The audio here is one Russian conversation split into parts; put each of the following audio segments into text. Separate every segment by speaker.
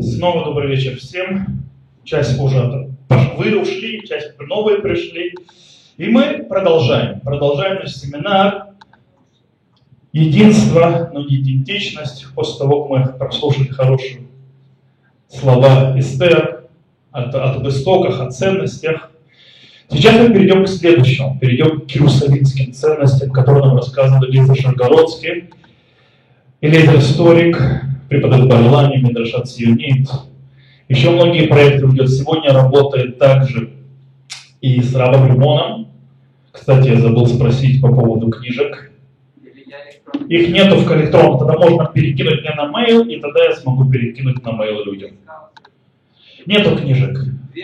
Speaker 1: Снова добрый вечер всем. Часть уже вы ушли, часть новые пришли. И мы продолжаем наш семинар «Единство, но не идентичность». После того, как мы прослушали хорошие слова Эстер об истоках, о ценностях. Сейчас мы перейдем к следующему. Перейдем к иерусалимским ценностям, которые нам рассказывал Элиза Шаргородский. Элиза историк, преподает Барлане, Мидрашат Сионит. Еще многие проекты ведет. Сегодня работает также и с Равом Лимоном. Кстати, я забыл спросить по поводу книжек. Их нету в электронном. Тогда можно перекинуть мне на мейл, и тогда я смогу перекинуть на мейл людям. Нету книжек.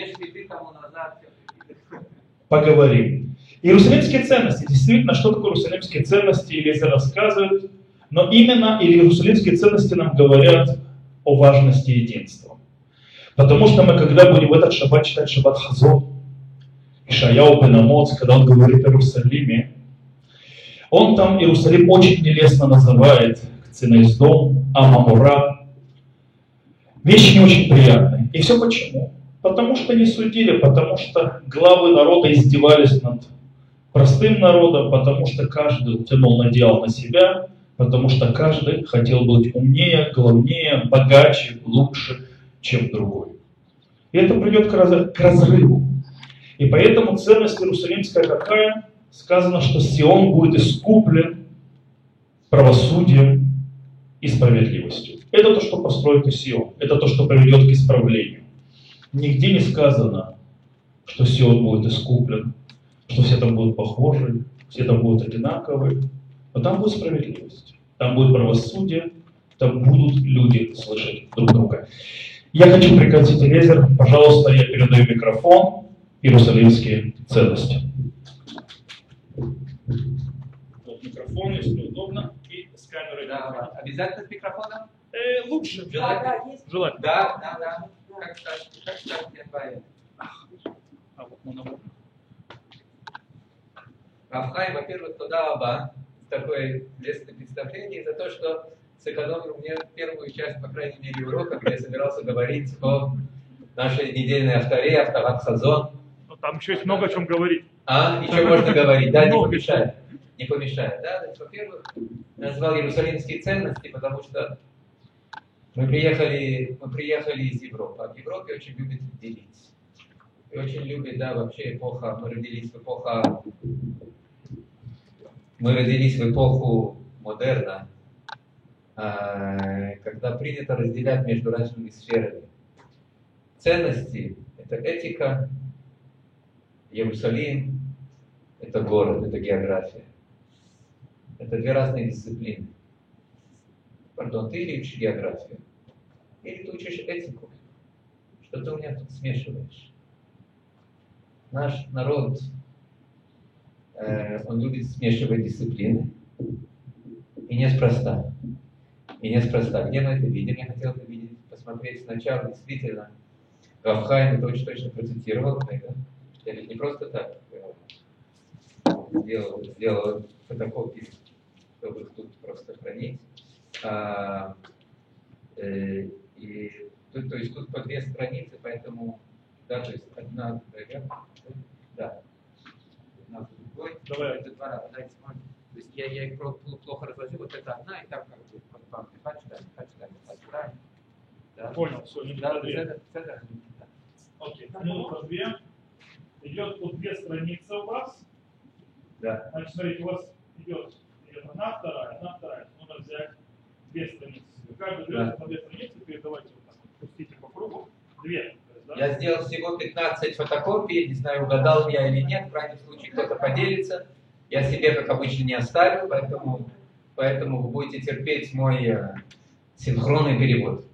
Speaker 1: Поговорим. Иерусалимские ценности. Действительно, что такое иерусалимские ценности, Элиза рассказывает. Но именно иерусалимские ценности нам говорят о важности единства. Потому что мы, когда будем в этот шаббат читать шаббат Хазон, Ишаяу бен Амоц, когда он говорит о Иерусалиме, он там Иерусалим очень нелестно называет Кцинейсдом, Амамура. Вещи не очень приятные. И все почему? Потому что не судили, потому что главы народа издевались над простым народом, потому что каждый тянул надеял на себя, потому что каждый хотел быть умнее, главнее, богаче, лучше, чем другой. И это придет к разрыву. И поэтому ценность иерусалимская какая? Сказано, что Сион будет искуплен правосудием и справедливостью. Это то, что построит и Сион. Это то, что приведет к исправлению. Нигде не сказано, что Сион будет искуплен, что все там будут похожи, все там будут одинаковые. Но там будет справедливость, там будет правосудие, там будут люди слышать друг друга. Я хочу пригласить Элизер, пожалуйста, я передаю микрофон, иерусалимские ценности. Вот микрофон, если удобно, и с камерой.
Speaker 2: Да, обязательно с микрофоном?
Speaker 1: Лучше,
Speaker 2: желательно. Да. Как скажете, я поеду. Рафхайм, во-первых, туда оба. Такое лестное представление за то, что сэкономил мне первую часть, по крайней мере, урока, где я собирался говорить о нашей недельной авторе, Автоват Хазон.
Speaker 1: Там еще есть много о чем говорить.
Speaker 2: Еще можно говорить, да, не помешает. Не помешает, да. Значит, во-первых, я назвал иерусалимские ценности, потому что мы приехали из Европы. А в Европе очень любят делить. И очень любят, да, вообще эпоха, мы родились в эпоху модерна, когда принято разделять между разными сферами. Ценности – это этика, Иерусалим – это город, это география. Это две разные дисциплины. Пардон, ты или учишь географию, или ты учишь этику. Что ты у меня тут смешиваешь? Наш народ, он любит смешивать дисциплины. И неспроста. Где мы это видим? Я хотел это видеть, посмотреть сначала. Действительно, Рафхайм это очень точно процитировал. Я ведь не просто так сделал фотокопии, чтобы их тут просто хранить. И тут, то есть тут по две страницы, поэтому да, то есть одна, да.
Speaker 1: Давай.
Speaker 2: Это два раза, дайте можно. То есть я их плохо разложил, вот это одна, и там как бы по читаем. Да.
Speaker 1: Понял, все, не
Speaker 2: да,
Speaker 1: две. Окей, ну по две. Идет по две страницы у вас.
Speaker 2: Да.
Speaker 1: Значит, смотрите, у вас идет одна, вторая. Нужно взять две страницы. Каждый берет по две страницы, передавайте вот так. Пустите по кругу. Две. Да?
Speaker 2: Я сделал всего 15 фотокопий, не знаю, угадал я или нет, в крайнем случае кто-то поделится. Я себе, как обычно, не оставил, поэтому вы будете терпеть мой синхронный перевод.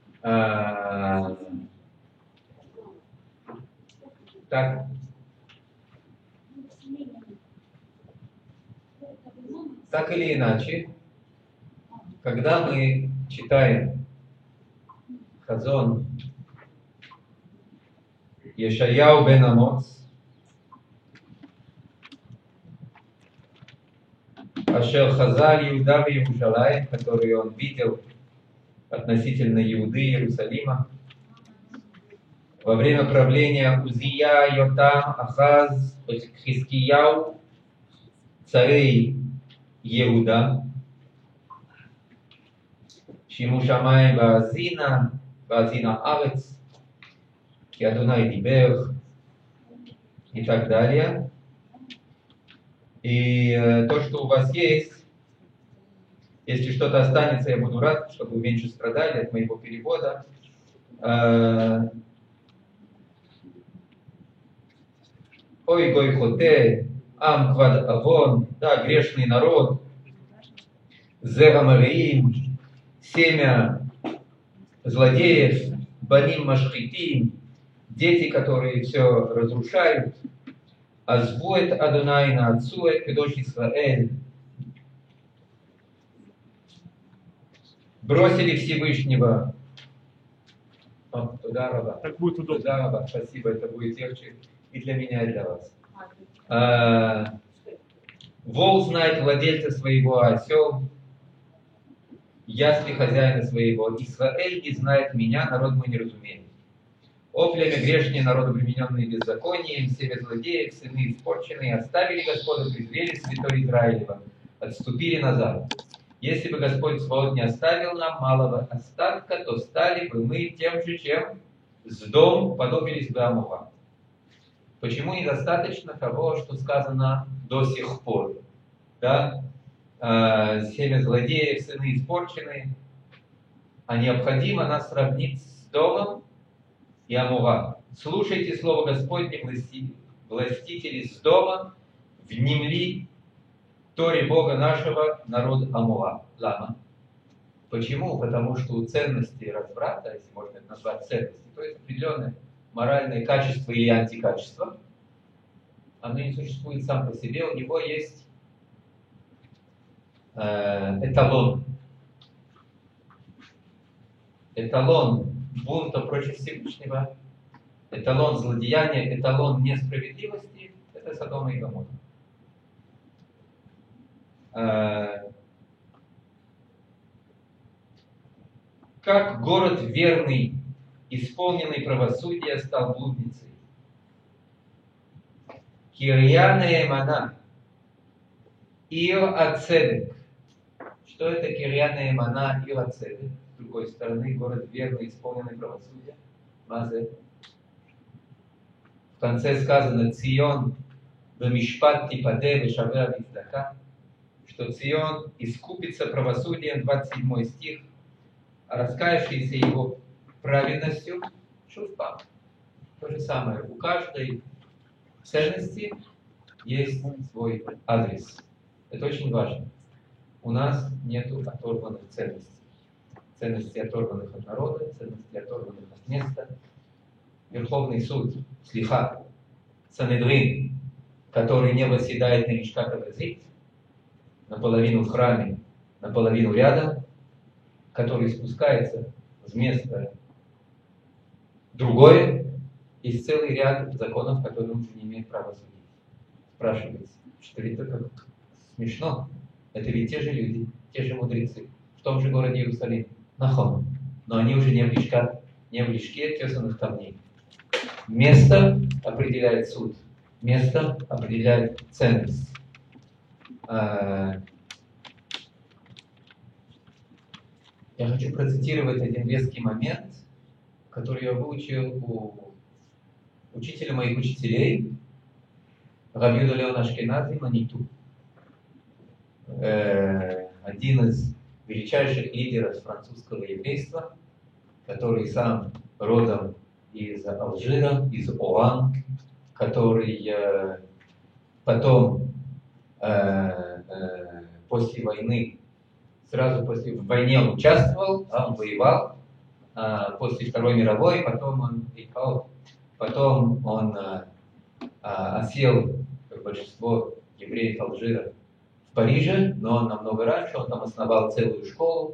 Speaker 2: Так. Так или иначе, когда мы читаем Хазон Ешаяу бен Амоц, Ашер Хазаль Иуда в Иерусалим, который он видел относительно Иуды и Иерусалима, во время правления Узия, Йотам, Ахаз, Хискияу, царей Иуда, Шиму Шамай Ваазина, Ваазина Авец, Ядунай Дибер и так далее. И то, что у вас есть, если что-то останется, я буду рад, чтобы вы меньше страдали от моего перевода. Ой, гой хоте, ам квад авон, да, грешный народ, зера мареим, семя злодеев, баним машхитим, дети, которые все разрушают, азвует Адонай на отцует кедош Исраэль, бросили Всевышнего. Туда раба.
Speaker 1: Так будет удобно.
Speaker 2: Туда раба. Спасибо, это будет легче и для меня, и для вас. Вол знает владельца своего, осел, ясли хозяина своего. Исраэль не знает меня, народ мой не разумеет. О племя грешнее, народ обремененный беззаконием, семя злодеев, сыны испорченные, оставили Господа, презрели святой Израилева, отступили назад. Если бы Господь свод не оставил нам малого остатка, то стали бы мы тем же, чем Сдом, подобились бы Амова. Почему недостаточно того, что сказано до сих пор? Да? Семя злодеев, сыны испорченные. А необходимо нас сравнить с Домом и Амова. Слушайте слово Господне, властители Сдома, внемли Торе Бога нашего, народ Амова. Лама. Почему? Потому что у ценности разврата, если можно это назвать ценностью, то есть определенное моральное качество или антикачество, оно не существует сам по себе, у него есть эталон. Эталон бунта против Всевышнего, эталон злодеяния, эталон несправедливости – это Содом и Гоморра. Как город верный, исполненный правосудия, стал блудницей. Кирья Наэмана, Ир Ацедек. Что это Кирья Наэмана, Ир Ацедек? С другой стороны, город верный, исполненный правосудия. Мазе. В конце сказано Цион, Бамишпат Типаде, Вешавер Виздака, что Цион искупится правосудием, 27 стих, а раскаявшийся его праведностью, шуфпа. То же самое. У каждой ценности есть свой адрес. Это очень важно. У нас нет оторванных ценностей. Ценностей, оторванных от народа, ценностей, оторванных от места. Верховный суд, слиха, Санедрин, который не восседает на Лишкат ха-Брит, наполовину в храме, наполовину рядом, который спускается в место другое, есть целый ряд законов, которые он уже не имеет права судить. Спрашивается, что это как смешно. Это ведь те же люди, те же мудрецы, в том же городе Иерусалим, Нахон. Но они уже не в лишке тесанных камней. Место определяет суд, место определяет ценность. Я хочу процитировать один веский момент, который я выучил у учителя моих учителей, Раби Юда Леон Ашкенази Маниту. Один из величайших лидеров французского еврейства, который сам родом из Алжира, из Оан, который потом, после войны, сразу после войны он участвовал, он воевал, после Второй мировой, потом он осел, как большинство евреев Алжира, в Париже, но он намного раньше, он там основал целую школу,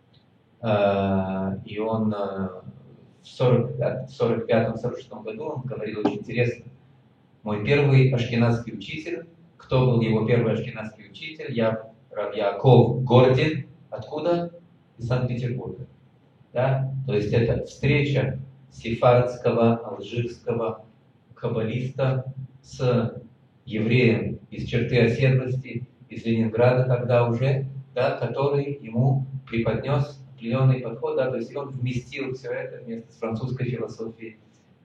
Speaker 2: и он в 45-46 году, он говорил очень интересно, мой первый ашкеназский учитель, кто был его первый ашкеназский учитель, Рав Яаков Гордин, откуда? Из Санкт-Петербурга. Да? То есть это встреча сефардского, алжирского каббалиста с евреем из черты оседлости, из Ленинграда тогда уже, да, который ему преподнес определенный подход, да, то есть он вместил все это вместе с французской философией,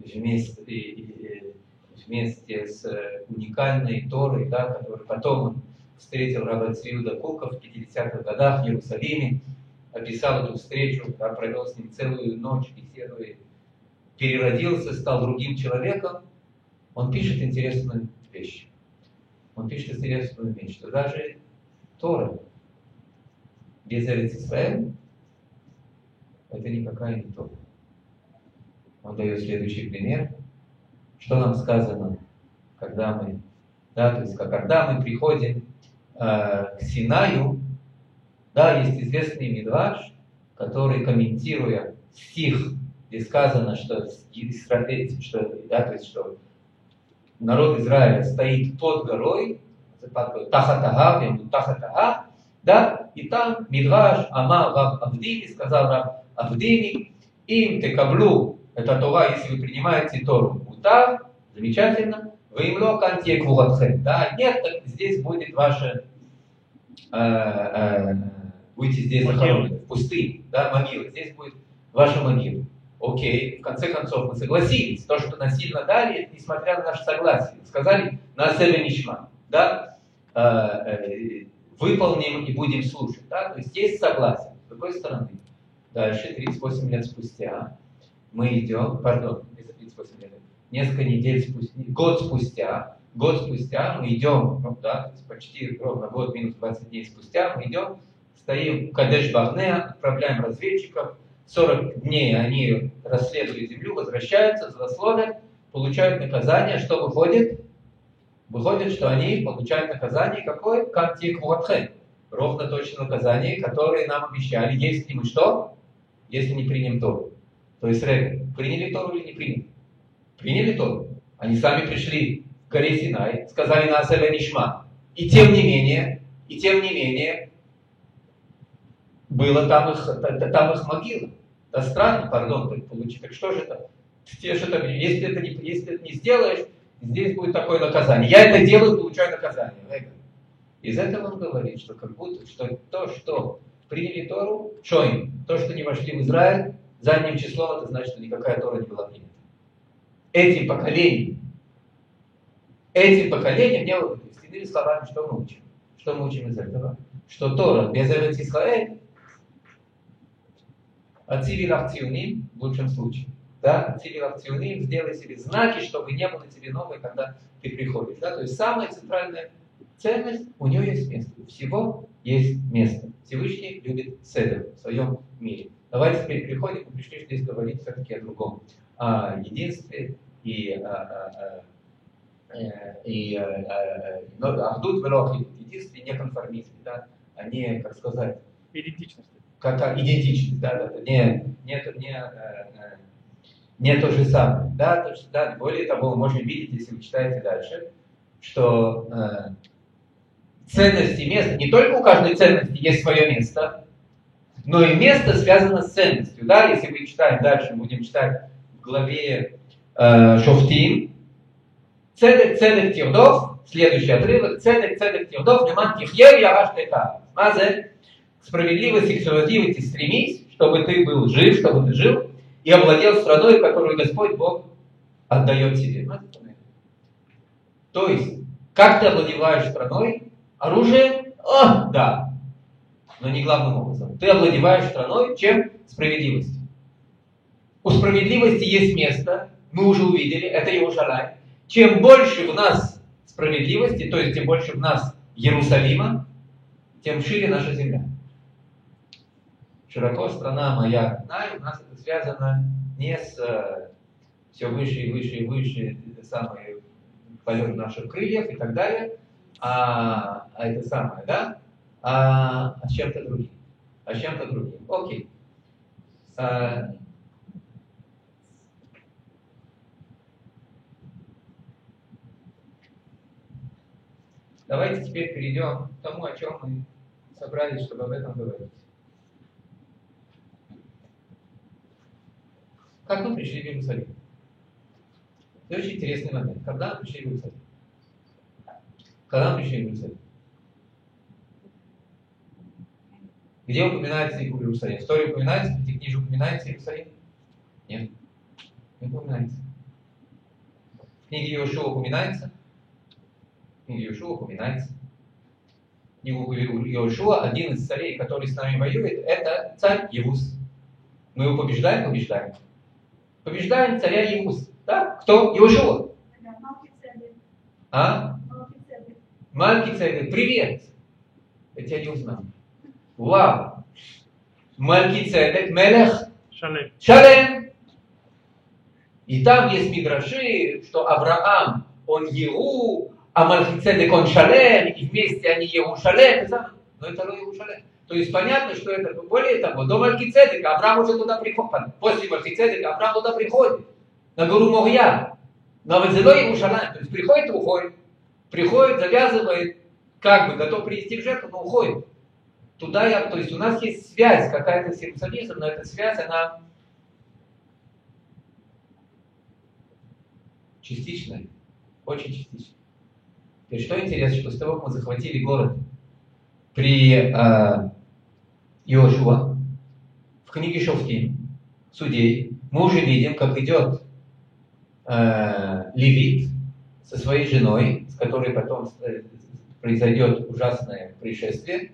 Speaker 2: вместе с уникальной Торой, да, которую потом он встретил Рава Цвиуда Кука в 50-х годах в Иерусалиме, описал эту встречу, да, провел с ним целую ночь, беседуя, переродился, стал другим человеком. Он пишет интересную вещь. Он пишет интересную вещь, что даже Тора без Эрец Исраэль это никакая не Тора. Он дает следующий пример. Что нам сказано, когда мы, да, то есть, когда мы приходим к Синаю, да, есть известный мидраш, который, комментируя стих, где сказано, что народ Израиля стоит под горой, Тахатага, да, и там мидраш Амар Рав Авдими, сказал Рав Авдими, им текаблу, это Тора, если вы принимаете Тору, утар, замечательно, вы имло кантье квуратхем, да, нет, так здесь будет ваше, будете здесь захоронены, в пустыне, да, могила, здесь будет ваша могила. Окей, в конце концов мы согласились, то, что насильно дали, несмотря на наше согласие, сказали на себе нишма, да, выполним и будем слушать, да, то есть есть согласие. С другой стороны, дальше, 38 лет спустя, мы идем, не за 38 лет, несколько недель спустя, год спустя мы идем, ну, да, почти ровно год минус 20 дней спустя, мы идем, стоим в Кадеш-Барнеа, отправляем разведчиков, 40 дней они расследуют землю, возвращаются, злословят, получают наказание, что выходит? Выходит, что они получают наказание какое? Кантик Вуатхен. Ровно точно наказание, которое нам обещали, если мы что? Если не примем Тору. То есть, приняли Тору или не приняли? Приняли Тору. Они сами пришли к горе Синай, сказали на Асеве Нишма. И тем не менее, было там их могила. Это странно, пардон, получить. Так что же это? Если это не сделаешь, здесь будет такое наказание. Я это делаю, получаю наказание. Из этого он говорит, что как будто что то, что приняли Тору, то, что не вошли в Израиль, задним числом, это значит, что никакая Тора не была принята. Этим поколением не было. Иными словами, что мы учим? Что мы учим из этого? Что Тора без Эрец Исраэль, ацивилах циуним, в лучшем случае, да, ацивилах циуним, сделай себе знаки, чтобы не было тебе новое, когда ты приходишь, да, то есть самая центральная ценность, у нее есть место, у всего есть место. Всевышний любит седер в своем мире. Давайте теперь переходим, мы пришли здесь говорить все-таки о другом, о единстве и ахдут велохи, единстве и неконформизме, да, а не, как сказать,
Speaker 1: идентичность.
Speaker 2: Как идентичность, да, не то же самое, да, то, что, да, более того, вы можете видеть, если вы читаете дальше, что ценности места, не только у каждой ценности есть свое место, но и место связано с ценностью, да, если мы читаем дальше, будем читать в главе Шофтим, Цедек Тирдов, следующий отрывок, Цедек Тирдов, Леман Тихьев Яраш Тета, Мазе, справедливость и справедливости стремись, чтобы ты был жив, чтобы ты жил, и овладел страной, которую Господь Бог отдает тебе. То есть, как ты овладеваешь страной? Оружие? Да. Но не главным образом. Ты овладеваешь страной чем? Справедливостью. У справедливости есть место, мы уже увидели, это Иерусалим. Чем больше в нас справедливости, то есть тем больше в нас Иерусалима, тем шире наша земля. Широко страна моя, знаю, у нас это связано не с все выше и выше и выше, самый полет наших крыльев и так далее, а это самое, да, а с чем-то другим. Окей. Давайте теперь перейдем к тому, о чем мы собрались, чтобы об этом говорить. Как мы пришли в Иерусалим? Это очень интересный момент. Когда мы пришли в Иерусалим? Когда мы пришли в Иерусалим? Где упоминается Иерусалим? В истории упоминается, в этих книжах упоминается Иерусалим? Нет, не упоминается. В книге Йошуа упоминается? В книге Йошуа упоминается. В книгу Йошуа один из царей, который с нами воюет, это царь Евус. Мы его побеждаем? Побеждаем. Побеждаем царя Евус. Да? Кто? Йошуа. А? Малкицедек. Привет. Я тебя не узнал. Вау. Малкицедек, Мелех.
Speaker 1: Шалем.
Speaker 2: Шалем. И там есть мидраши, что Авраам, он Еру, а Малкицедек, он Шалем, и вместе они Еру Шалем. Но это Еру Шалем. То есть понятно, что это, более того, до Малкицедека Авраам уже туда приходит. После Малкицедека Авраам туда приходит. На гору Морья. Но вот зело Иерушалаим. То есть приходит и уходит. Приходит, завязывает, как бы готов привести к жертву, но уходит. Туда то есть у нас есть связь какая-то с Иерусалимом, но эта связь, она частичная. Очень частичная. И что интересно, что с того, как мы захватили город при Йошуа, в книге Шофтим, Судей, мы уже видим, как идет левит со своей женой, с которой потом произойдет ужасное происшествие,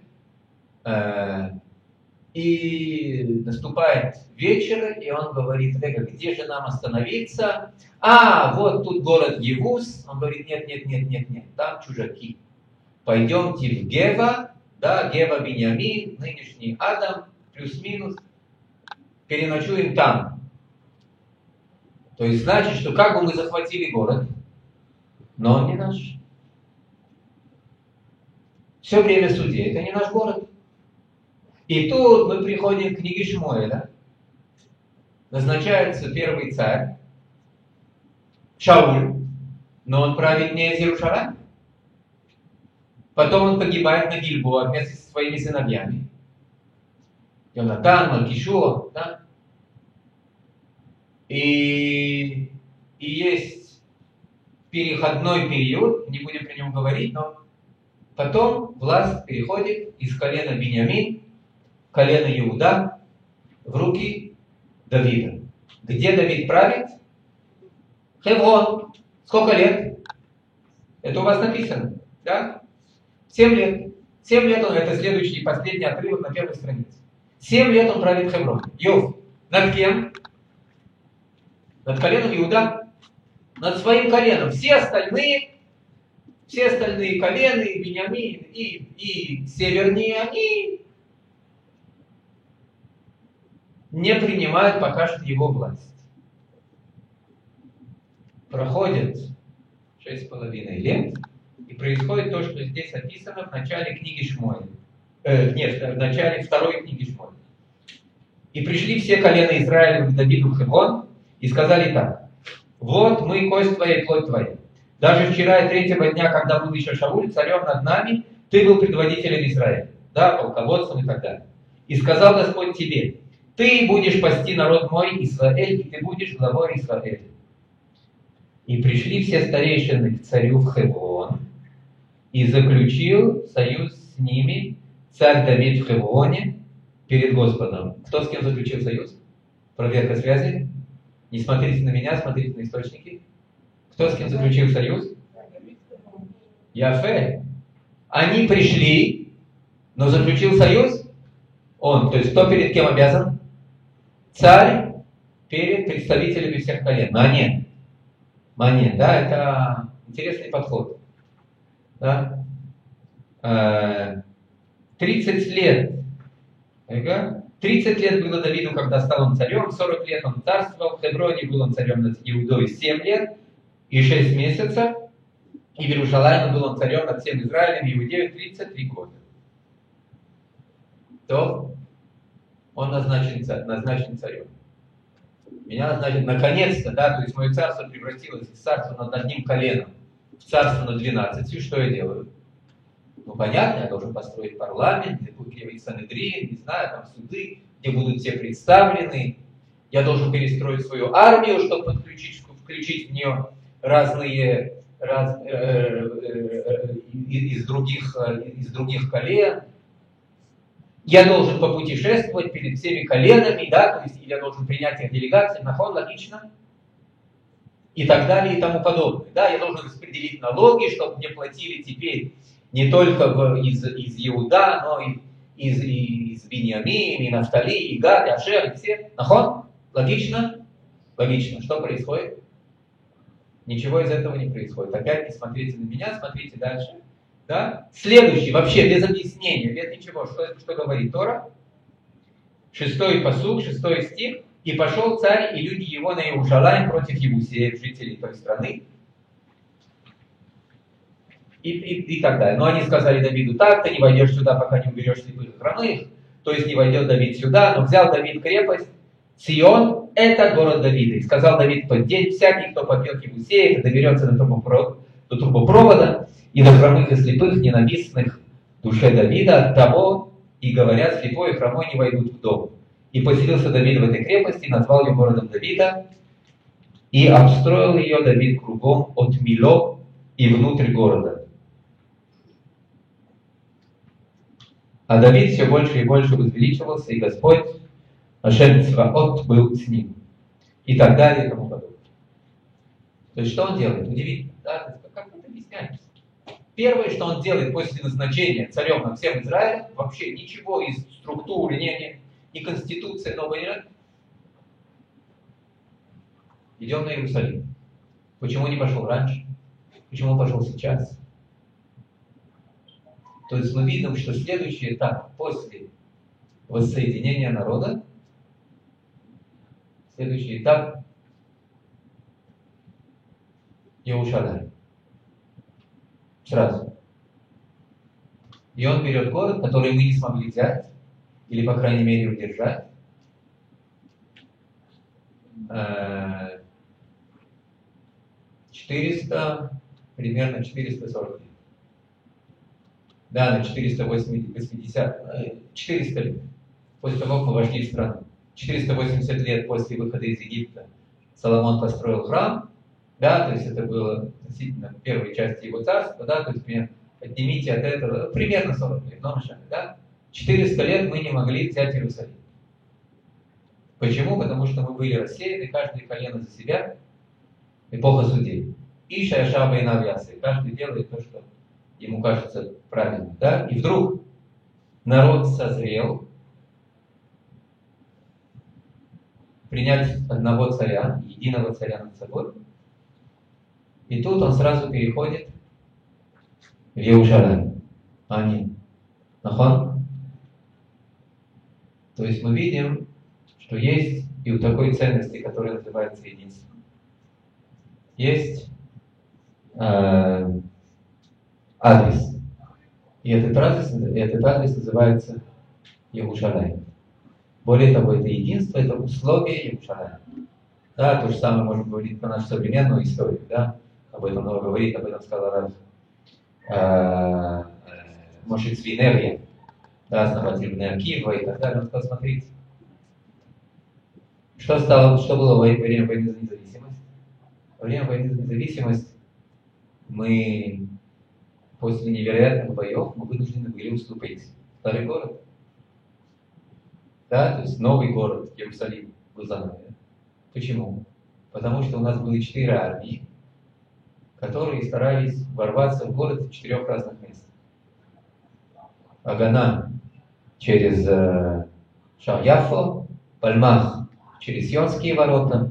Speaker 2: и наступает вечер, и он говорит: Рега, где же нам остановиться? А, вот тут город Евус. Он говорит: нет, там чужаки. Пойдемте в Гева, да, Гева Биньямин, нынешний Адам, плюс-минус, переночуем там. То есть значит, что как бы мы захватили город, но он не наш. Все время судей, это не наш город. И тут мы приходим к книге Шмуэля. Назначается первый царь, Шауль, но он правит не из Иерушалима. Потом он погибает на Гильбоа вместе со своими сыновьями. Йонатан, Малкишуа, да? И есть переходной период, не будем про него говорить, но потом власть переходит из колена Биньямин, колена Иуда, в руки Давида. Где Давид правит? Хеврон. Сколько лет? Это у вас написано, да? 7 лет. 7 лет он, это следующий и последний отрывок на первой странице. 7 лет он правит Хеврон. Йов. Над кем? Над коленом Иуда. Над своим коленом. Все остальные колены, Биньямин и севернее, они не принимают пока что его власть. Проходит 6,5 лет, и происходит то, что здесь описано в начале книги Шмуэля. В начале второй книги Шмуэля. И пришли все колена Израиля к Давиду в Хеврон и сказали так: вот мы, кость твоя и плоть твоя. Даже вчера и третьего дня, когда был еще Шауль царем над нами, ты был предводителем Израиля, да, полководцем и так далее. И сказал Господь тебе: ты будешь пасти народ мой Израиль, и ты будешь главой Израиля. И пришли все старейшины к царю в Хеврон, и заключил союз с ними царь Давид в Хевроне перед Господом. Кто с кем заключил союз? Проверка связи. Не смотрите на меня, смотрите на источники. Кто с кем заключил союз? Яфе. Они пришли, но заключил союз он. То есть кто перед кем обязан? Царь перед представителями всех колен. Манен, да, это интересный подход. Да? 30 лет. 30 лет было Давиду, когда стал он царем, 40 лет он царствовал, в Хевроне был он царем над Иудой 7 лет и 6 месяцев, и в Иерушалиме был он царем над всем Израилем и Иудею 33 года. То он назначен царем. Меня назначили наконец-то, да, то есть мое царство превратилось из царства над одним коленом в царство над 12. Что я делаю? Ну, понятно, я должен построить парламент, где будет Санедрин, не знаю, там суды, где будут все представлены. Я должен перестроить свою армию, чтобы включить в нее разные из других колен. Я должен попутешествовать перед всеми коленами, да, то есть я должен принять их делегации, нахон, логично, и так далее, и тому подобное. Да, я должен распределить налоги, чтобы мне платили теперь не только из Иуда, но и из Биньямин, и Нафтали, и Гад, и Ашер, и все. Нахон? Логично? Логично. Что происходит? Ничего из этого не происходит. Опять не смотрите на меня, смотрите дальше. Да? Следующий, вообще без объяснения, без ничего. Что говорит Тора? 6-й пасук, 6-й стих. «И пошел царь и люди его на Иерушалаим против Евусеев, жителей той страны». И так далее. Но они сказали Давиду: так, ты не войдешь сюда, пока не уберешь слепых и хромых. То есть не войдет Давид сюда. Но взял Давид крепость. Сион – это город Давида. И сказал Давид в тот день: всякий, кто попьет Евусеев, доберется до трубопровода, и до хромых и слепых, ненавистных душе Давида, от того, и говорят, слепой и хромой не войдут в дом. И поселился Давид в этой крепости, назвал ее городом Давида, и обстроил ее Давид кругом от Мило и внутрь города. А Давид все больше и больше возвеличивался, и Господь, Ашем Цваот, был с ним. И так далее, и тому подобное. То есть, что он делает? Удивительно, да? Как это объясняется? Первое, что он делает после назначения царем над всем Израилем, вообще ничего из структуры, ни конституции новой нет. Идем на Иерусалим. Почему не пошел раньше? Почему пошел сейчас? То есть мы видим, что следующий этап после воссоединения народа, следующий этап Иерушалаим. Сразу. И он берет город, который мы не смогли взять, или, по крайней мере, удержать. Примерно 440 лет. Да, на 400 лет. После того, как мы вошли в страну. 480 лет после выхода из Египта Соломон построил храм. Да, то есть это было относительно первой части его царства. Да, то есть поднимите от этого примерно 40 лет. Да? 400 лет мы не могли взять Иерусалим. Почему? Потому что мы были рассеяны, каждое колено за себя. Эпоха судей. И Шаяшаба и Навьясы. Каждый делает то, что ему кажется правильным. Да? И вдруг народ созрел принять одного царя, единого царя над собой. И тут он сразу переходит в Иерушалаим. Аминь. Нахон? То есть мы видим, что есть и у такой ценности, которая называется единство, есть адрес. И этот адрес называется Иерушалаим. Более того, это единство, это условие Иерушалаима. Да, то же самое можем говорить про нашу современную историю. Да? Об этом много говорит, об этом сказал Моше Цви Невье, да, основатель Бней Акива и так далее. Он сказал: смотрите, что было во время войны за независимость? Во время войны за независимость мы после невероятных боев мы вынуждены были уступить старый город. Да, то есть новый город Иерусалим был заново. Почему? Потому что у нас было 4 армии, которые старались ворваться в город с 4 разных мест. Агана через Шар-Яфо, Пальмах через Сионские ворота,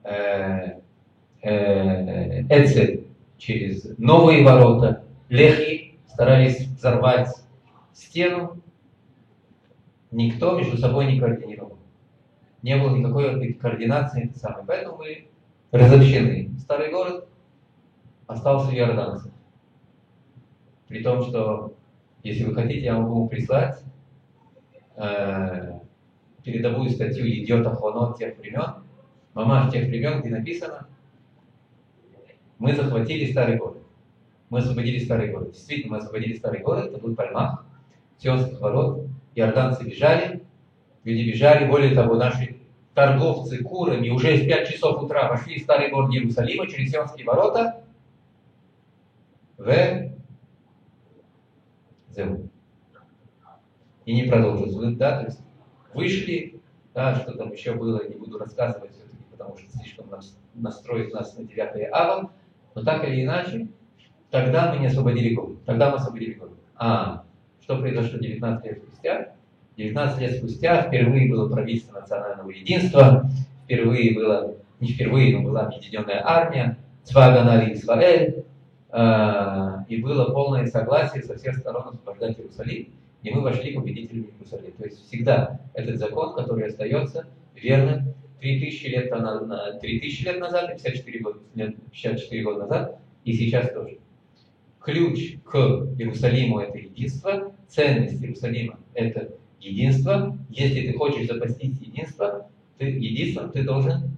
Speaker 2: Эцель через Новые ворота, Лехи старались взорвать стену. Никто между собой не координировал. Не было никакой координации. Поэтому мы разобщены. Старый город остался в иорданцах. При том, что, если вы хотите, я могу прислать передовую статью «Идет Ахонот» тех времен, мамаш тех времен, где написано: мы захватили старый город. Мы освободили старый город. Действительно, мы освободили старый город, это был Пальмах, Сионских ворот. Иорданцы бежали, люди бежали, более того, наши торговцы курами уже в 5 часов утра вошли в старый город Иерусалима через Сионские ворота в Зеву. И не продолжили, да, то есть вышли, да, что там еще было, не буду рассказывать все-таки, потому что слишком настроит нас на 9 ава, но так или иначе, тогда мы не освободили город. Тогда мы освободили город. Что произошло 19 лет спустя? 19 лет спустя впервые было правительство национального единства, впервые было, не впервые, но была объединенная армия, Цваганали Исраэль, и было полное согласие со всех сторон освобождать Иерусалим, и мы вошли победителями в Иерусалим. То есть всегда этот закон, который остается верным 3000 лет назад, и 54 года назад, и сейчас тоже. Ключ к Иерусалиму – это единство, ценность Иерусалима – это единство. Если ты хочешь запастись единством, ты должен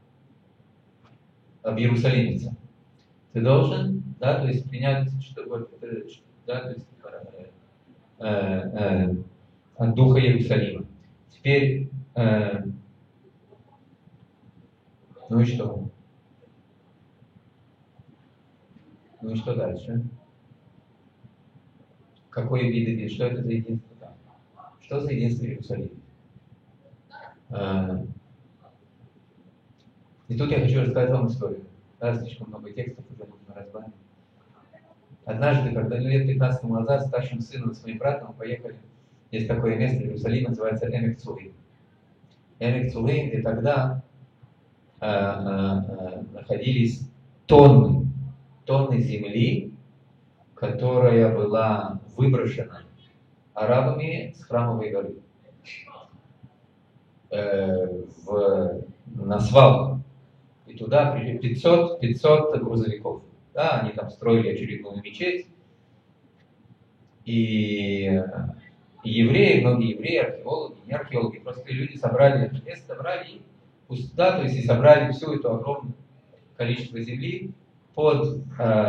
Speaker 2: объерусалимиться. Ты должен, да, то есть принять, да, то есть, от духа Иерусалима. Теперь, ну и что? Ну и что дальше? Какой вид единства? Что это за единство там? Что за единство Иерусалима? И тут я хочу рассказать вам историю. Да, слишком много текстов уже нужно разбавить. Однажды, когда лет 15 назад, с старшим сыном и своим братом поехали, есть такое место в Иерусалиме, называется Эмек Цурим. Эмек Цурим, где тогда находились тонны земли, которая была выброшена арабами с Храмовой горы на свалку. И туда пришли 500 грузовиков. Да, они там строили очередную мечеть. И евреи, многие евреи, археологи, не археологи, простые люди собрали это место, собрали то есть и собрали всю эту огромное количество земли под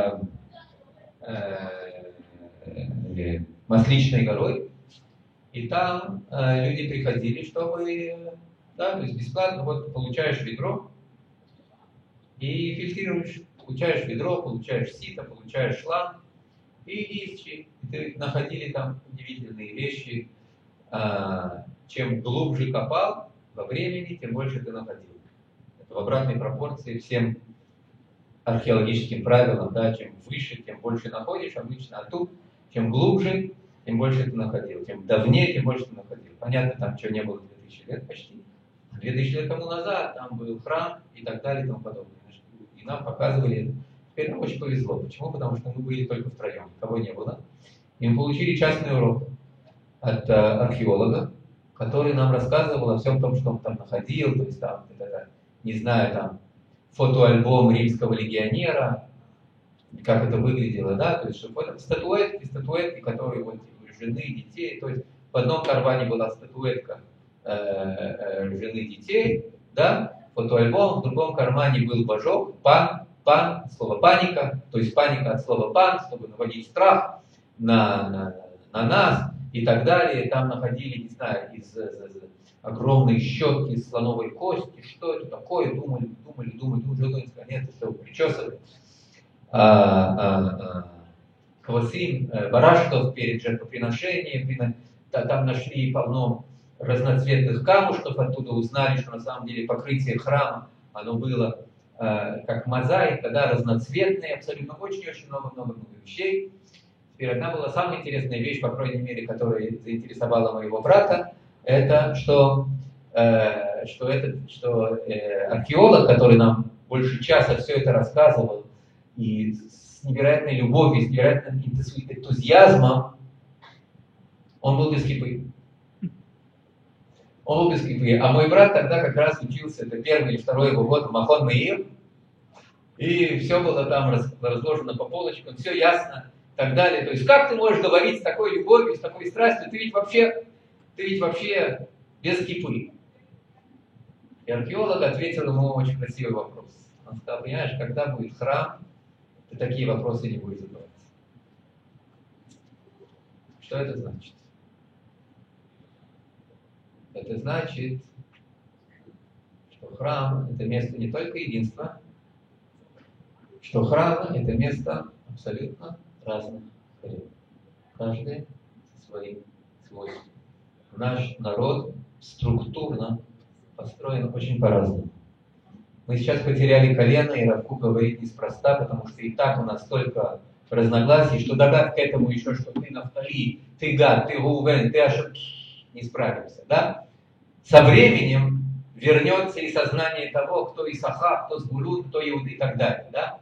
Speaker 2: Масличной горой. И там люди приходили, чтобы, да, то есть бесплатно, вот получаешь ведро и фильтрируешь. Получаешь ведро, получаешь сито, получаешь шланг и ищи. Ты находили там удивительные вещи. Чем глубже копал во времени, тем больше ты находил. Это в обратной пропорции всем археологическим правилам, да, чем выше, тем больше находишь обычно, а тут чем глубже, тем больше ты находил, тем давнее, тем больше ты находил. Понятно, там что не было 2000 лет почти. 2000 лет тому назад там был храм и так далее и тому подобное. И нам показывали, теперь нам очень повезло. Почему? Потому что мы были только втроем, кого не было. И мы получили частный урок от археолога, который нам рассказывал о всем том, что он там находил, то есть там, не знаю, там, фотоальбом римского легионера, как это выглядело, да, то есть, что вот статуэтки, которые вот жены, детей, то есть в одном кармане была статуэтка жены, детей, да, фотоальбом, в другом кармане был божок, пан, слово паника, то есть паника от слова пан, чтобы наводить страх на нас и так далее. Там находили, не знаю, из огромной щетки из слоновой кости, что это такое, думали, нет, это все причесывать. Квасим, барашков перед жертвоприношением, там нашли полно разноцветных камушков, оттуда узнали, что на самом деле покрытие храма, оно было как мозаика, да, разноцветное, абсолютно очень-очень много вещей. Теперь одна была самая интересная вещь, по крайней мере, которая заинтересовала моего брата, это что археолог, который нам больше часа все это рассказывал, и с невероятной любовью, с невероятным энтузиазмом, он был без кипы. А мой брат тогда как раз учился, это первый или второй его год в Махон Меир, и все было там разложено по полочкам, все ясно, и так далее. То есть как ты можешь говорить с такой любовью, с такой страстью, ты ведь вообще без кипы. И археолог ответил ему очень красивый вопрос. Он сказал, понимаешь, когда будет храм, ты такие вопросы не будешь задавать. Что это значит? Это значит, что храм это место не только единства, что храм это место абсолютно разных хлеб. Каждый своим свойством. Наш народ структурно построен очень по-разному. Мы сейчас потеряли колено, и Рав Кук говорит неспроста, потому что и так у нас столько разногласий, что добавь к этому еще, что ты Нафтали, ты Гад, ты Рувен, ты Ашер, не справимся, да? Со временем вернется и сознание того, кто Исахар, кто Звулун, кто Иуда и так далее, да?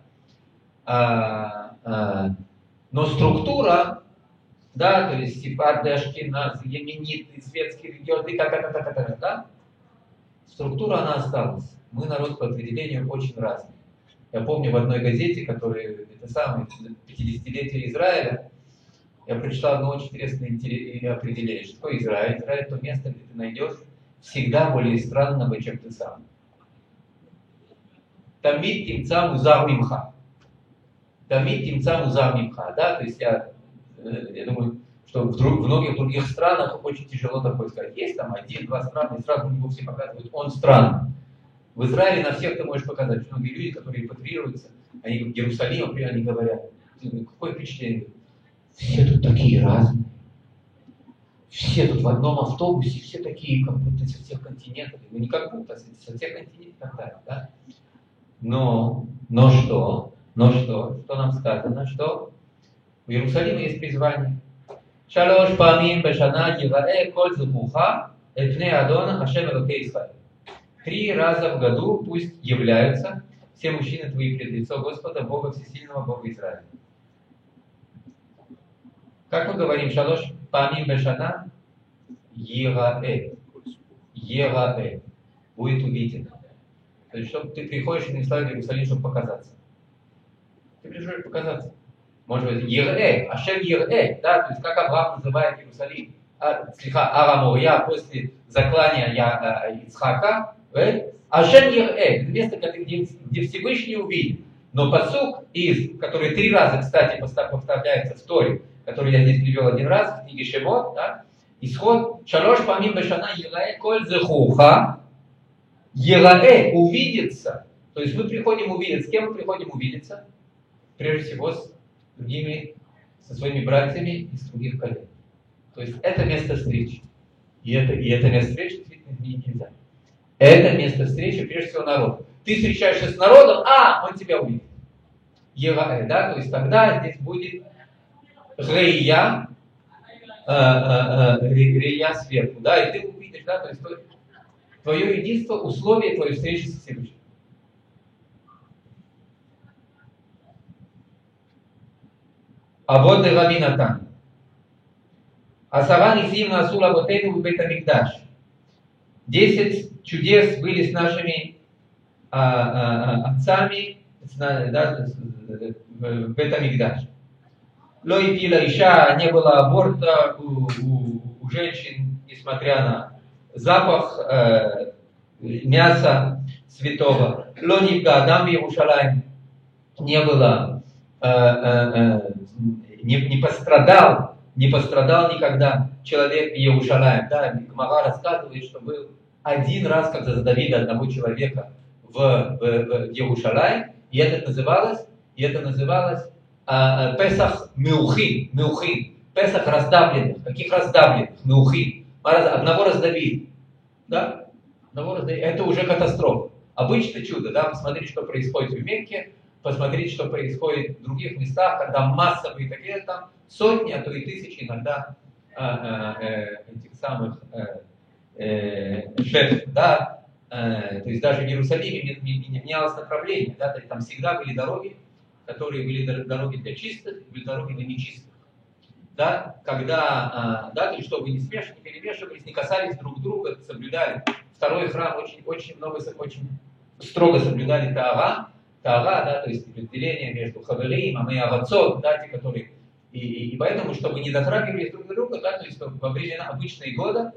Speaker 2: Но структура, да, то есть сефарды, ашкеназы, йемениты, светские религиозные, да? Структура, она осталась. Мы народ по определению очень разный. Я помню в одной газете, которая, это самое, 50-летие Израиля, я прочитал одно очень интересное определение. Что такое Израиль? Израиль — то место, где ты найдешь всегда более странного, чем ты сам. Тамид тимца музар мимха. Тамид тимца музар мимха. Да? То есть я думаю, что в многих других странах очень тяжело такое сказать. Есть там один-два страны, и сразу него все показывают, он странный. В Израиле на всех ты можешь показать. Многие люди, которые репатриируются, они в Иерусалим, например, они говорят, какое впечатление? Все тут такие разные. Все тут в одном автобусе, все такие, как будто со всех континентов. Ну не как будто, со всех континентов и так далее. Да? Но что нам сказано, что в Иерусалиме есть призвание. Шалош памим бешана йираэ коль зухуха эпне адона Ашем Элокей Исраэль. 3 раза в году пусть являются все мужчины твои пред лицо Господа, Бога Всесильного, Бога Израиля. Как мы говорим, шалош памим бешана йираэ. Йираэ. Будет увиден. То есть, чтобы ты приходишь в Иерусалим, чтобы показаться. Ты приходишь показаться. Может быть, Йираэ, Ашем Йираэ, да, то есть как Авраам называет Иерусалим. Арамурья после заклания Ицхака, Ашем Йираэ, это место, где Всевышний увидит. Но пасук, который 3 раза, кстати, повторяется в Торе, который я здесь привел 1 раз, в книге Шемот, да, исход, шалош памим бешана Йираэ коль зехуха, Йираэ, увидеться. То есть мы приходим увидеться. С кем мы приходим увидеться? Прежде всего со своими братьями из других колен. То есть это место встречи. И это место встречи действительно изменить нельзя. Это место встречи, прежде всего, народа. Ты встречаешься с народом, он тебя увидит. Еваэ, да, то есть тогда здесь будет рея сверху, да, и ты увидишь, да, то есть твое единство, условие твоей встречи со Всевышним. А вот Раби Натан. Асава нисим насу лавотейну в Бет-Амикдаш. 10 чудес были с нашими отцами в Бет-Амикдаш. Лой пила иша, не было аборта у женщин, несмотря на запах мяса святого. Лонивга Адам в Иерушалайме, не было, не пострадал никогда человек в Иерушалайме. Да, Гмара рассказывает, что был 1 раз, когда задавили одного человека в Иерушалайм, и это называлось Песах Меухин, Песах раздавленных. Каких раздавленных? Меухин. Одного раздавили. Да? Это уже катастрофа. Обычно чудо, да? Посмотрите, что происходит в Мекке, посмотрите, что происходит в других местах, когда массовые такие там сотни, а то и тысячи иногда этих самых жертв, да? То есть даже в Иерусалиме не менялось направление, да? Там всегда были дороги, которые были дороги для чистых, были дороги для нечистых. Да? Когда, да, то есть чтобы не смешивались, не перемешивались, не касались друг друга, соблюдали. Второй храм очень строго соблюдали Таара, да, то есть разделение между Хаверим и Авацот, да, те, которые... И поэтому, чтобы не дотрагивались друг друга, да, то есть во времена обычные года,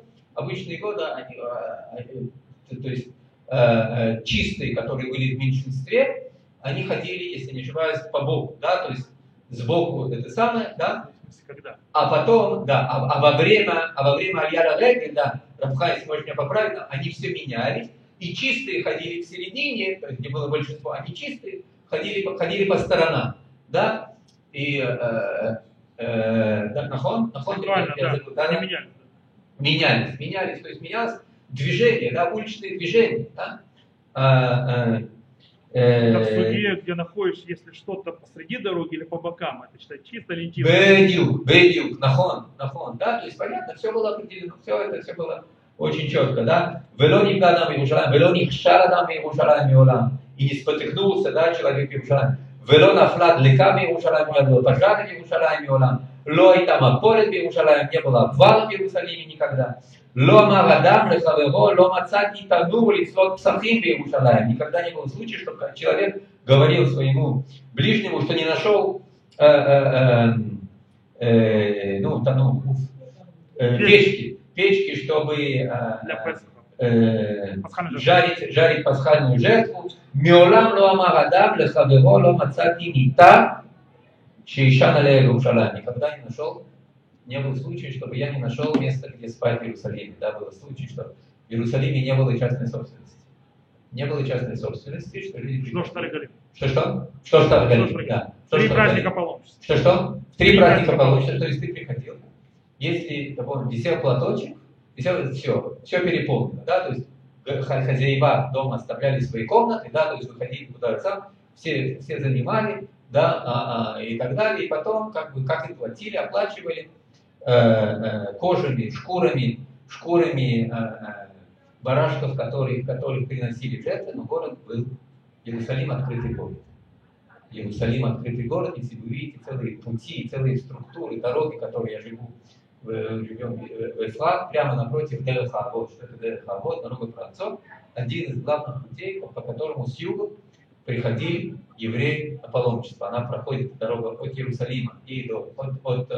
Speaker 2: то есть чистые, которые были в меньшинстве, они ходили, если не ошибаюсь, по боку, да, то есть сбоку это самое, да, а потом, да, а во время Альяра Регель, да, Рафхай, если можешь меня поправить, они все менялись, и чистые ходили в середине, то есть где было большинство, а нечистые ходили по сторонам. Да? И нахон, менялись, то есть менялось движение, да, уличные движения. Да?
Speaker 1: Это в суде, где находишься, если что-то посреди дороги или по бокам, это считать чисто или нечисто?
Speaker 2: Бедюк, нахон, да, то есть понятно, все было определено, все было очень четко, да. Велоник Адам Иерушалаим, велоник Шарадам Иерушалаим Миолам, и не спотыкнулся, да, человек Иерушалаим. Велона флад лекам Иерушалаим, не было пожара в Иерушалаим Миолам, лой там апорет в Иерушалаим, не было обвала в Иерусалиме никогда. Ло марадам лехаверо, ло мацати танур лицлот псахим в Иерушалаим. Никогда не было случая, чтобы человек говорил своему ближнему, что не нашел печки, чтобы жарить пасхальную жертву. Миолам ло марадам лехаверо, ло мацати нита, шейшан алея Иерушалаим. Никогда не нашел. Не было случая, чтобы я не нашел места, где спать в Иерусалиме. Да, было случай, что в Иерусалиме не было частной собственности. Не было частной собственности, что люди... Что? Да.
Speaker 1: Три праздника паломничества.
Speaker 2: Что? Три праздника паломничества, то есть ты приходил. Если, допустим, висел платочек, все переполнено, да, то есть хозяева дома оставляли свои комнаты, да, то есть выходили куда-то сам, все занимали, да, и так далее, и потом, как им платили, оплачивали кожами, шкурами барашков, которых приносили в жертвы, но город был Иерусалим открытый город. Иерусалим открытый город, если вы видите целые пути, целые структуры, дороги, которые я живем в Эфрат, прямо напротив Дереха Авот. Что это Дереха Авот? Дорога праотцов. Один из главных путей, по которому с юга приходили евреи на паломничество. Она проходит дорога от Иерусалима и от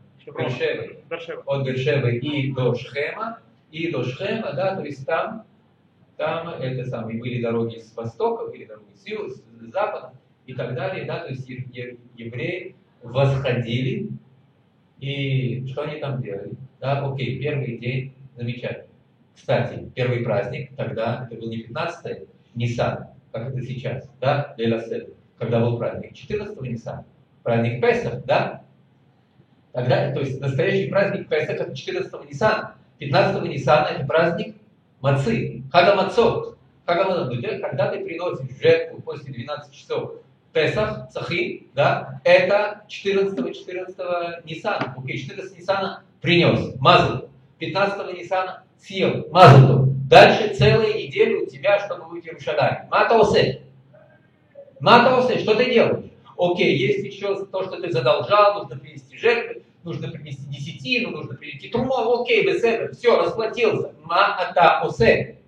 Speaker 2: Бершевы и до Шхема, да, то есть там это самые были дороги с востока, были дороги с юга, с запада и так далее, да, то есть евреи восходили, и что они там делали? Да, окей, первый день, замечательно. Кстати, первый праздник, тогда это был не 15-й Нисан, как это сейчас, да, Лейла Седер, когда был праздник 14-го Нисан, праздник Песах, да, тогда, то есть настоящий праздник Песах это 14-го Нисана. 15-го Нисана это праздник Мацы, Хага Мацот. Когда ты приносишь жертву после 12 часов Песах, Цахи, да, это 14-го Нисана. Окей, 14-го Нисана принес, мазал. 15-го Нисана съел, мазал. Дальше целая неделя у тебя, чтобы выйти в Иерушалайм. Матаусе, что ты делаешь? Окей, есть еще то, что ты задолжал, нужно принести жертвы, нужно принести десятину, нужно принести труму, окей, беседа, все, расплатился. Матаусе.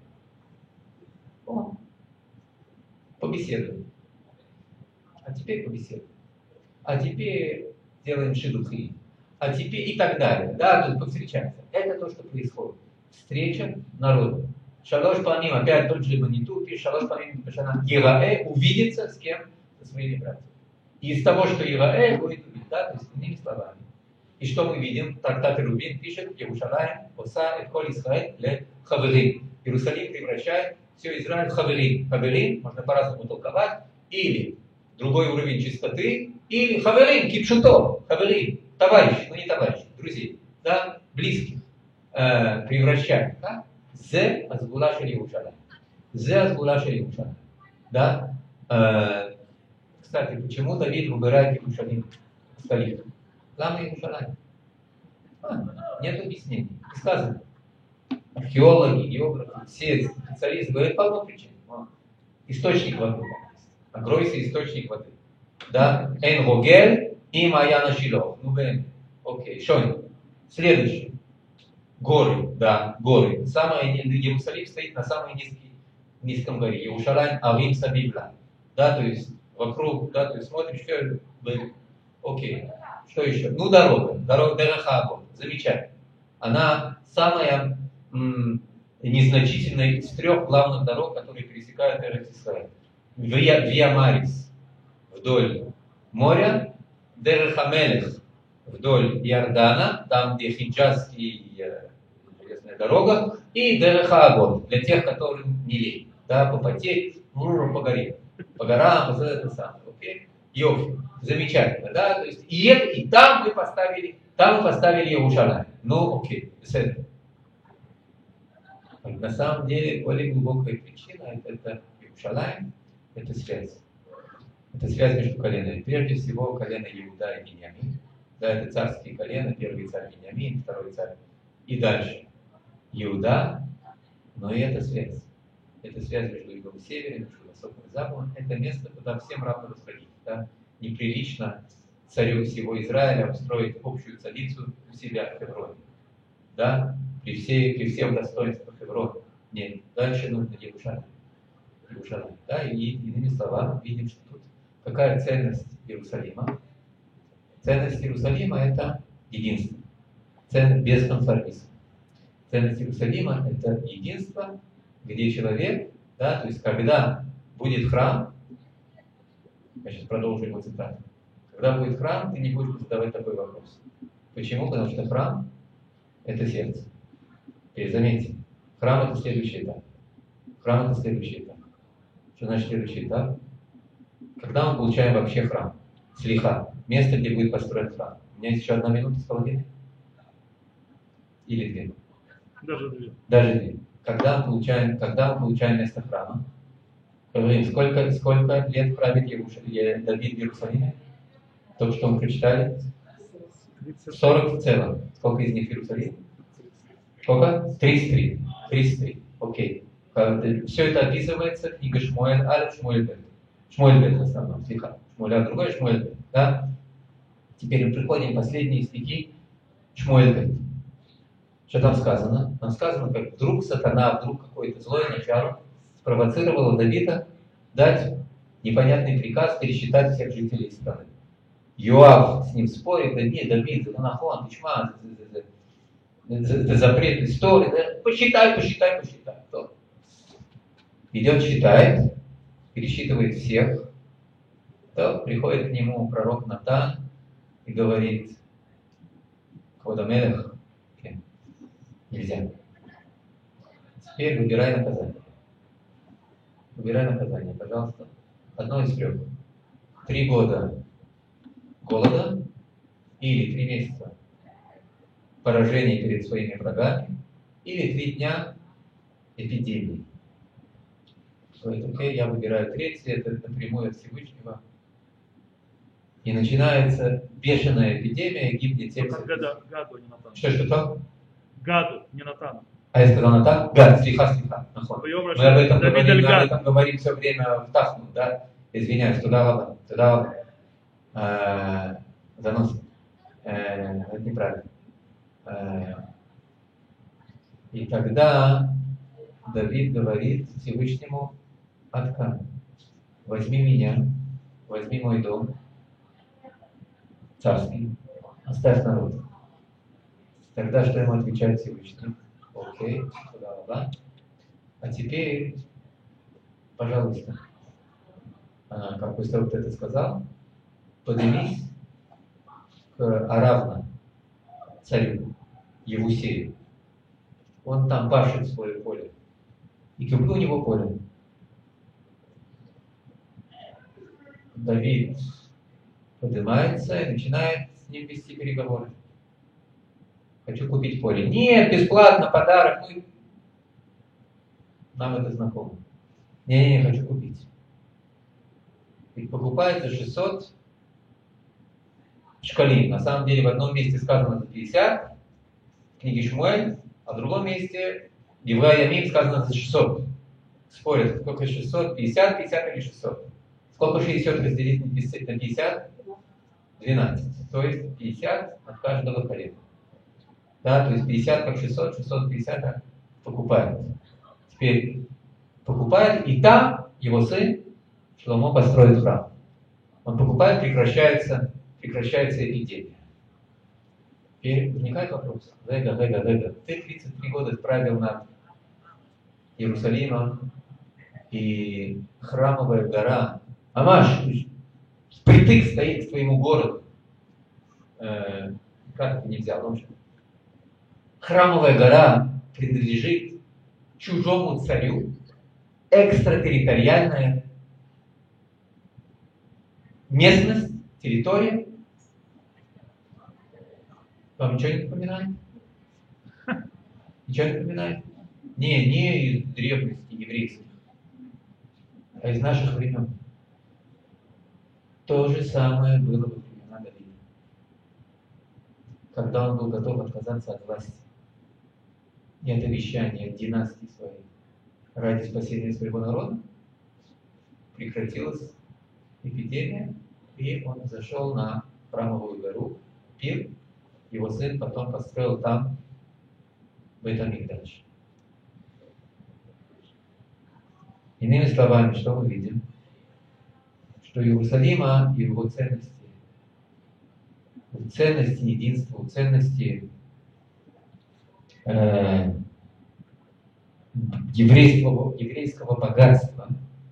Speaker 2: Побеседуем. А теперь побеседуем. А теперь делаем шидухи. А теперь и так далее. Да, тут повстречаться. Это то, что происходит. Встреча народа. Шалош памим, опять тот же Маниту пишет, шалош памим, Ираэ увидится с кем? Со своими братьями. И из того, что Ираэ будет увидеть, да, то есть иными словами. И что мы видим? Трактат Рубин пишет, Иерушалайм, Оса, Эдхоль Исраэль, Ле Хаверим. Иерусалим превращает все Израиль в Хаверим. Хаверим можно по-разному толковать. Или другой уровень чистоты, или Хаверим, Кипшуто, Хаверим, товарищ, но не товарищ, друзей, да, близких, превращает, да? Зе азгула шель Иерушалайм. Зе азгула шель Иерушалайм. Да? Кстати, почему Давид выбирает Иерушалим столицу? Главное Иерушалайм. Нет объяснений. Сказано. Археологи, географы, все специалисты говорят по одной причине. Источник воды. Откройся источник воды. Да? Эн Рогель и Маяна Шилов. Ну, блин. Окей. Что? Следующее. Горы. Да, горы. Иерусалим стоит на самой низком горе. Иерушалайм Авим Сабивла. Да, то есть вокруг, да, то есть смотришь, все. Окей. Что еще? Ну, дорога. Дорога Дерехаго. Замечательно. Она самая незначительная из трех главных дорог, которые пересекают Эрец-Исраэль. Виа Марис вдоль моря, Дерехамелех вдоль Иордана, там, где Хиджазская железная дорога, И Дерехагот, для тех, которым не лень, да, попотеть, по горе, по горам, вот это самое, окей? Йофи, замечательно, да, то есть, и там мы поставили Иерушалайм. Ну, окей, это. На самом деле, более глубокая причина это Иерушалайм, это связь. Это связь между коленами. Прежде всего, колено Иуда и Биньямин. Да, это царские колена, первый царь Биньямин, второй царь. И дальше. Иуда, но и это связь. Это связь между югом и севером, между востоком и западом. Это место, куда всем равно расходить. Да? Неприлично царю всего Израиля устроить общую царицу у себя в Хевроне. Да? При всех достоинствах Хеврона. Нет, дальше нужно Иерушалайм. Да? И иными словами, видим, что тут какая ценность Иерусалима? Ценность Иерусалима – это единство. Ценность без конформизма. Ценность Иерусалима – это единство, где человек, да, то есть когда будет храм, я сейчас продолжу его цитату, когда будет храм, ты не будешь задавать такой вопрос. Почему? Потому что храм – это сердце. И заметьте, храм – это следующий этап. Храм – это следующий этап. Что значит следующий этап? Когда мы получаем вообще храм? Слиха. Место, где будет построен храм. У меня есть еще 1 минута с половиной? Или 2? Даже 2. Когда мы получаем место храма? Говорим, сколько лет правит Давид в Иерусалиме? То, что мы прочитали? 40 в целом. Сколько из них в Иерусалиме? Сколько? 33. 33. Окей. Все это описывается в книге Шмуэль Алеф, Шмуэль Бет. Шмуэль Бет в основном, слиха. Шмуэль, а другой Шмуэль Бет. Да? Теперь мы приходим к последние стихи Шмуэль Бет. Что там сказано? Там сказано, как вдруг сатана, вдруг какое-то злое начало спровоцировало Давида дать непонятный приказ пересчитать всех жителей страны. Йоав с ним спорит, да нет, Давид, это нахон, ты чма, это запрет истории, да? Посчитай. Кто? Идет, считает, пересчитывает всех, то приходит к нему пророк Натан и говорит, Кводамелех, нельзя. Теперь выбирай наказание. Выбирай наказание, пожалуйста. Одно из 3. 3 года голода или 3 месяца поражения перед своими врагами или 3 дня эпидемии. Говорит, окей, я выбираю 3, это напрямую от Всевышнего. И начинается бешеная эпидемия, гибнет 70.
Speaker 1: Гаду, не Натану.
Speaker 2: Что?
Speaker 1: Гаду, не Натану.
Speaker 2: А я сказал Натан? Гад, слиха. Мы об этом говорим все время в Тахну, да? Извиняюсь, туда ладно. Занос. Это неправильно. И тогда Давид говорит Всевышнему, Аткан, возьми меня, возьми мой дом царский, оставь народ. Тогда что ему отвечает Всевышний? Окей, да. А теперь, пожалуйста, как после того, кто это сказал, поднимись к Аравна, царю Евусею. Он там пашет свое поле. И куплю у него поле. Давид поднимается и начинает с ним вести переговоры. Хочу купить поле. Нет, бесплатно, подарок. Нам это знакомо. Не, хочу купить. И покупает за 600 шкалим. На самом деле в одном месте сказано за 50, в книге Шмуэль, а в другом месте Деврей Ямим сказано за 600. Спорят, сколько 600, 50 или 600. Сколько 60 разделить на 50? 12. То есть 50 от каждого колена. Да, то есть 50 как 600, 650 покупает. Теперь покупает, и там его сын Шломо построит храм. Он покупает, прекращается эпидемия. Теперь возникает вопрос. Ты 33 года правил над Иерусалимом, и храмовая гора Амаш впритык стоит к твоему городу. Как это не взял? Храмовая гора принадлежит чужому царю экстратерриториальная местность, территория. Вам ничего не напоминает? Ничего не напоминает? Не из древности еврейских, а из наших времен. То же самое было во времена Давида, когда он был готов отказаться от власти и от обещания, от династии своей ради спасения своего народа. Прекратилась эпидемия, и он зашел на храмовую гору Пир. Его сын потом построил там Бейт-Амикдаш. Иными словами, что мы видим? Что Иерусалима и его ценности, единства, ценности еврейского богатства,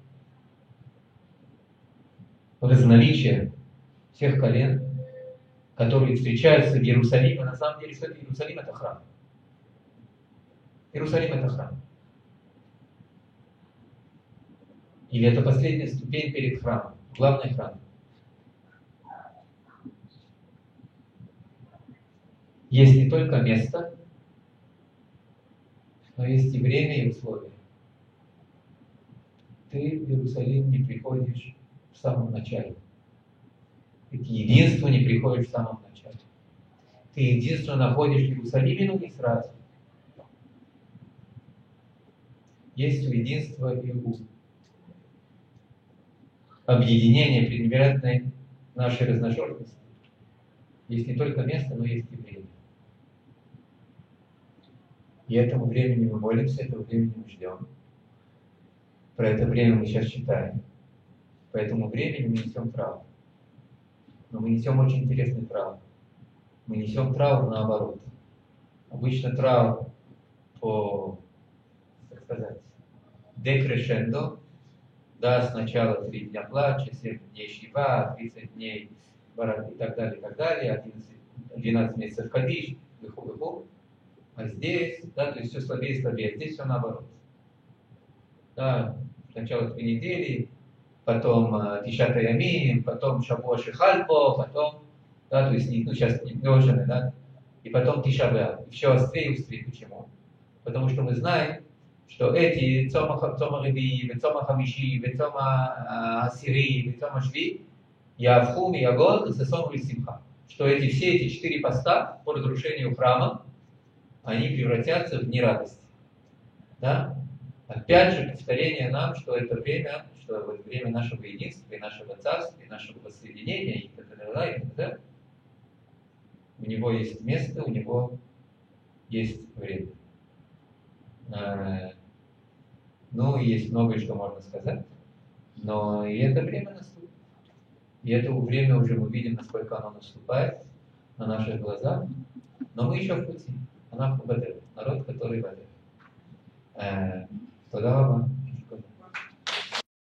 Speaker 2: разноливия всех колен, которые встречаются в Иерусалиме. На самом деле, что это Иерусалим? Это храм. Иерусалим это храм. Или это последняя ступень перед храмом, главный храм. Есть не только место, но есть и время, и условия. Ты в Иерусалим не приходишь в самом начале. Ты к единству не приходишь в самом начале. Ты единство находишь в Иерусалиме, но не сразу. Есть у единства и у объединения при невероятной нашей разношерстности. Есть не только место, но есть и время. И этому времени мы молимся, этого времени мы ждем. Про это время мы сейчас читаем. По этому времени мы несем траур. Но мы несем очень интересный траур. Мы несем траур наоборот. Обычно траур по, так сказать, декрешендо. Да, сначала 3 дня плача, 7 дней шива, 30 дней и так далее, 12 месяцев кадиш, выху. А здесь, да, то есть все слабее и слабее. Здесь все наоборот. Да, сначала 2 недели, потом Тишата Ямим, потом Шавуа Шихальпо, потом, да, то есть, ну, сейчас не множены, да, и потом Тиша Б'Ав. И все острее и острее. Почему? Потому что мы знаем, что эти Цома Реви, Цома Хамиши, Цома Асири, Цома Шви, Явхум и Ягон, Сесон и Симха. Что все эти 4 поста по разрушению храма, они превратятся в дни радости. Да? Опять же, повторение нам, что это время, нашего единства, и нашего царства, и нашего воссоединения, и т.д. У него есть место, у него есть время. Ну, и есть многое, что можно сказать, но и это время наступит. И это время уже мы видим, насколько оно наступает на наших глазах, но мы еще в пути. Народ, который в Бадер. Туда